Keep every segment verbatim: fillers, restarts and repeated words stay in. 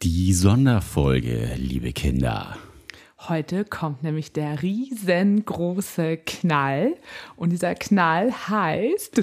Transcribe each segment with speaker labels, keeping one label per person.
Speaker 1: Die Sonderfolge, liebe Kinder.
Speaker 2: Heute kommt nämlich der riesengroße Knall und dieser Knall heißt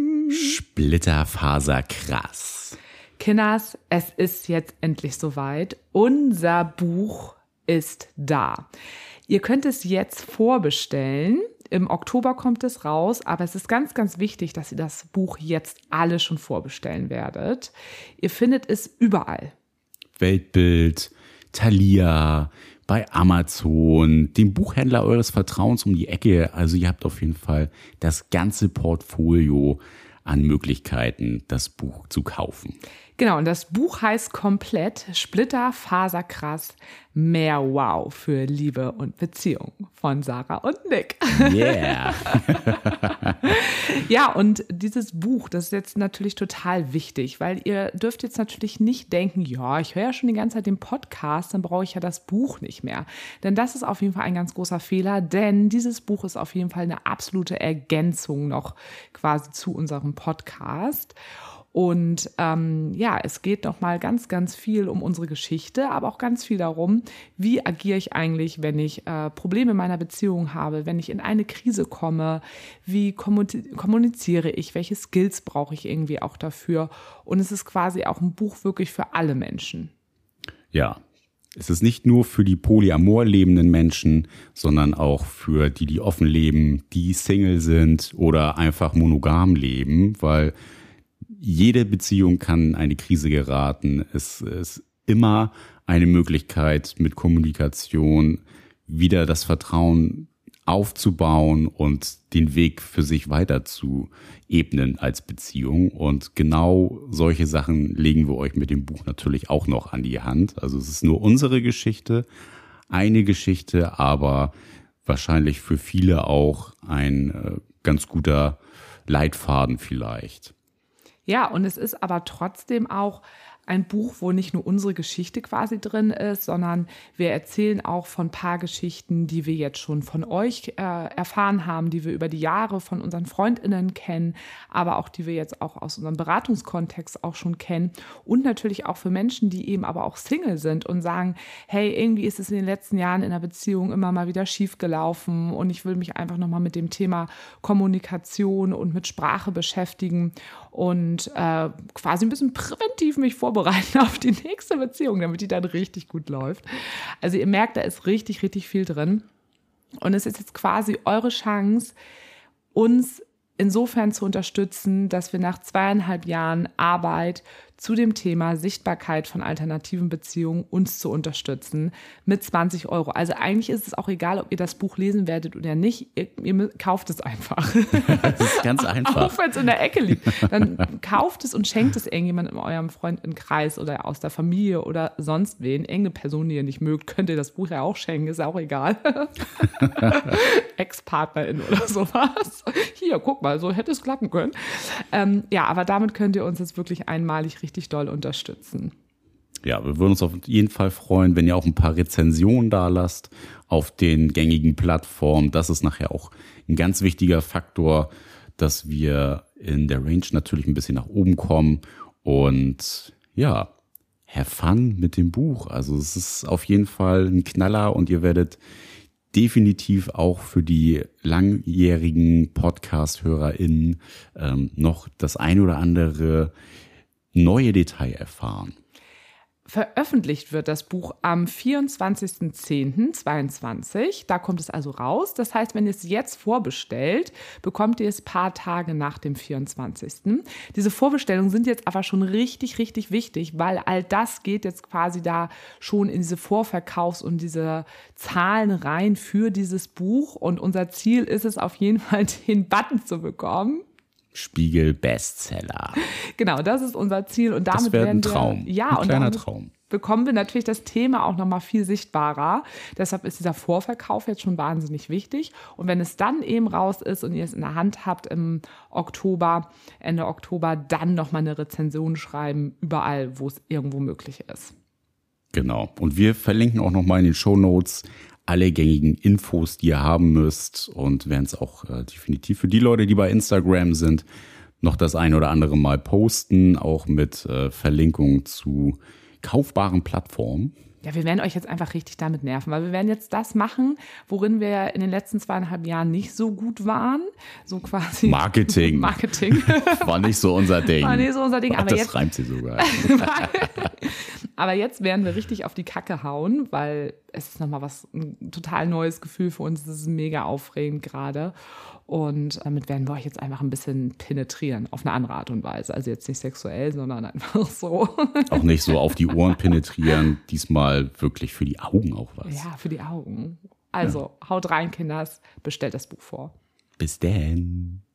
Speaker 1: Splitterfaserkrass.
Speaker 2: Kinders, es ist jetzt endlich soweit. Unser Buch ist da. Ihr könnt es jetzt vorbestellen. Im Oktober kommt es raus, aber es ist ganz, ganz wichtig, dass ihr das Buch jetzt alle schon vorbestellen werdet. Ihr findet es überall.
Speaker 1: Weltbild, Thalia, bei Amazon, dem Buchhändler eures Vertrauens um die Ecke. Also ihr habt auf jeden Fall das ganze Portfolio an Möglichkeiten, das Buch zu kaufen.
Speaker 2: Genau, und das Buch heißt komplett Splitterfaserkrass, mehr Wow für Liebe und Beziehung von Sarah und Nick.
Speaker 1: Yeah.
Speaker 2: Ja, und dieses Buch, das ist jetzt natürlich total wichtig, weil ihr dürft jetzt natürlich nicht denken, ja, ich höre ja schon die ganze Zeit den Podcast, dann brauche ich ja das Buch nicht mehr. Denn das ist auf jeden Fall ein ganz großer Fehler, denn dieses Buch ist auf jeden Fall eine absolute Ergänzung noch quasi zu unserem Podcast. Und ähm, ja, es geht nochmal ganz, ganz viel um unsere Geschichte, aber auch ganz viel darum, wie agiere ich eigentlich, wenn ich äh, Probleme in meiner Beziehung habe, wenn ich in eine Krise komme, wie kommuniziere ich, welche Skills brauche ich irgendwie auch dafür. Und es ist quasi auch ein Buch wirklich für alle Menschen.
Speaker 1: Ja, es ist nicht nur für die polyamor lebenden Menschen, sondern auch für die, die offen leben, die Single sind oder einfach monogam leben, weil jede Beziehung kann in eine Krise geraten. Es ist immer eine Möglichkeit, mit Kommunikation wieder das Vertrauen aufzubauen und den Weg für sich weiter zu ebnen als Beziehung. Und genau solche Sachen legen wir euch mit dem Buch natürlich auch noch an die Hand. Also es ist nur unsere Geschichte, eine Geschichte, aber wahrscheinlich für viele auch ein äh, ganz guter Leitfaden vielleicht.
Speaker 2: Ja, und es ist aber trotzdem auch ein Buch, wo nicht nur unsere Geschichte quasi drin ist, sondern wir erzählen auch von ein paar Geschichten, die wir jetzt schon von euch äh, erfahren haben, die wir über die Jahre von unseren FreundInnen kennen, aber auch die wir jetzt auch aus unserem Beratungskontext auch schon kennen und natürlich auch für Menschen, die eben aber auch Single sind und sagen, hey, irgendwie ist es in den letzten Jahren in der Beziehung immer mal wieder schief gelaufen und ich will mich einfach nochmal mit dem Thema Kommunikation und mit Sprache beschäftigen und äh, quasi ein bisschen präventiv mich vorbereiten auf die nächste Beziehung, damit die dann richtig gut läuft. Also ihr merkt, da ist richtig, richtig viel drin. Und es ist jetzt quasi eure Chance, uns insofern zu unterstützen, dass wir nach zweieinhalb Jahren Arbeit zu dem Thema Sichtbarkeit von alternativen Beziehungen uns zu unterstützen mit zwanzig Euro. Also eigentlich ist es auch egal, ob ihr das Buch lesen werdet oder nicht. Ihr, ihr kauft es einfach.
Speaker 1: Das ist ganz einfach.
Speaker 2: Auch wenn es in der Ecke liegt. Dann kauft es und schenkt es irgendjemandem in eurem Freundinnenkreis oder aus der Familie oder sonst wen. Irgendeine Person, die ihr nicht mögt, könnt ihr das Buch ja auch schenken. Ist auch egal. Ex-Partnerin oder sowas. Hier, guck mal, so hätte es klappen können. Ähm, ja, aber damit könnt ihr uns jetzt wirklich einmalig richtig richtig doll unterstützen.
Speaker 1: Ja, wir würden uns auf jeden Fall freuen, wenn ihr auch ein paar Rezensionen da lasst auf den gängigen Plattformen. Das ist nachher auch ein ganz wichtiger Faktor, dass wir in der Range natürlich ein bisschen nach oben kommen. Und ja, have fun mit dem Buch. Also es ist auf jeden Fall ein Knaller und ihr werdet definitiv auch für die langjährigen Podcast-HörerInnen ähm, noch das ein oder andere neue Detail erfahren.
Speaker 2: Veröffentlicht wird das Buch am vierundzwanzigsten zehnten zweiundzwanzig. Da kommt es also raus. Das heißt, wenn ihr es jetzt vorbestellt, bekommt ihr es ein paar Tage nach dem vierundzwanzigsten Diese Vorbestellungen sind jetzt aber schon richtig, richtig wichtig, weil all das geht jetzt quasi da schon in diese Vorverkaufs- und diese Zahlen rein für dieses Buch. Und unser Ziel ist es auf jeden Fall, den Button zu bekommen.
Speaker 1: Spiegel Bestseller.
Speaker 2: Genau, das ist unser Ziel. Und damit
Speaker 1: das wäre ein
Speaker 2: werden wir,
Speaker 1: Traum,
Speaker 2: ja,
Speaker 1: ein
Speaker 2: und
Speaker 1: kleiner
Speaker 2: damit
Speaker 1: Traum.
Speaker 2: bekommen wir natürlich das Thema auch nochmal viel sichtbarer. Deshalb ist dieser Vorverkauf jetzt schon wahnsinnig wichtig. Und wenn es dann eben raus ist und ihr es in der Hand habt im Oktober, Ende Oktober, dann nochmal eine Rezension schreiben, überall, wo es irgendwo möglich ist.
Speaker 1: Genau. Und wir verlinken auch nochmal in den Shownotes alle gängigen Infos, die ihr haben müsst, und werden es auch äh, definitiv für die Leute, die bei Instagram sind, noch das ein oder andere Mal posten, auch mit äh, Verlinkungen zu kaufbaren Plattformen.
Speaker 2: Ja, wir werden euch jetzt einfach richtig damit nerven, weil wir werden jetzt das machen, worin wir in den letzten zweieinhalb Jahren nicht so gut waren. So quasi.
Speaker 1: Marketing.
Speaker 2: Marketing.
Speaker 1: War nicht so unser Ding.
Speaker 2: War nicht so unser Ding.
Speaker 1: Ach,
Speaker 2: Aber
Speaker 1: das
Speaker 2: jetzt,
Speaker 1: reimt sie sogar.
Speaker 2: aber jetzt werden wir richtig auf die Kacke hauen, weil es ist nochmal was, ein total neues Gefühl für uns. Das ist mega aufregend gerade. Und damit werden wir euch jetzt einfach ein bisschen penetrieren, auf eine andere Art und Weise. Also jetzt nicht sexuell, sondern einfach so.
Speaker 1: Auch nicht so auf die Ohren penetrieren, diesmal wirklich für die Augen auch was.
Speaker 2: Ja, für die Augen. Also, ja. Haut rein, Kinders, bestellt das Buch vor.
Speaker 1: Bis denn.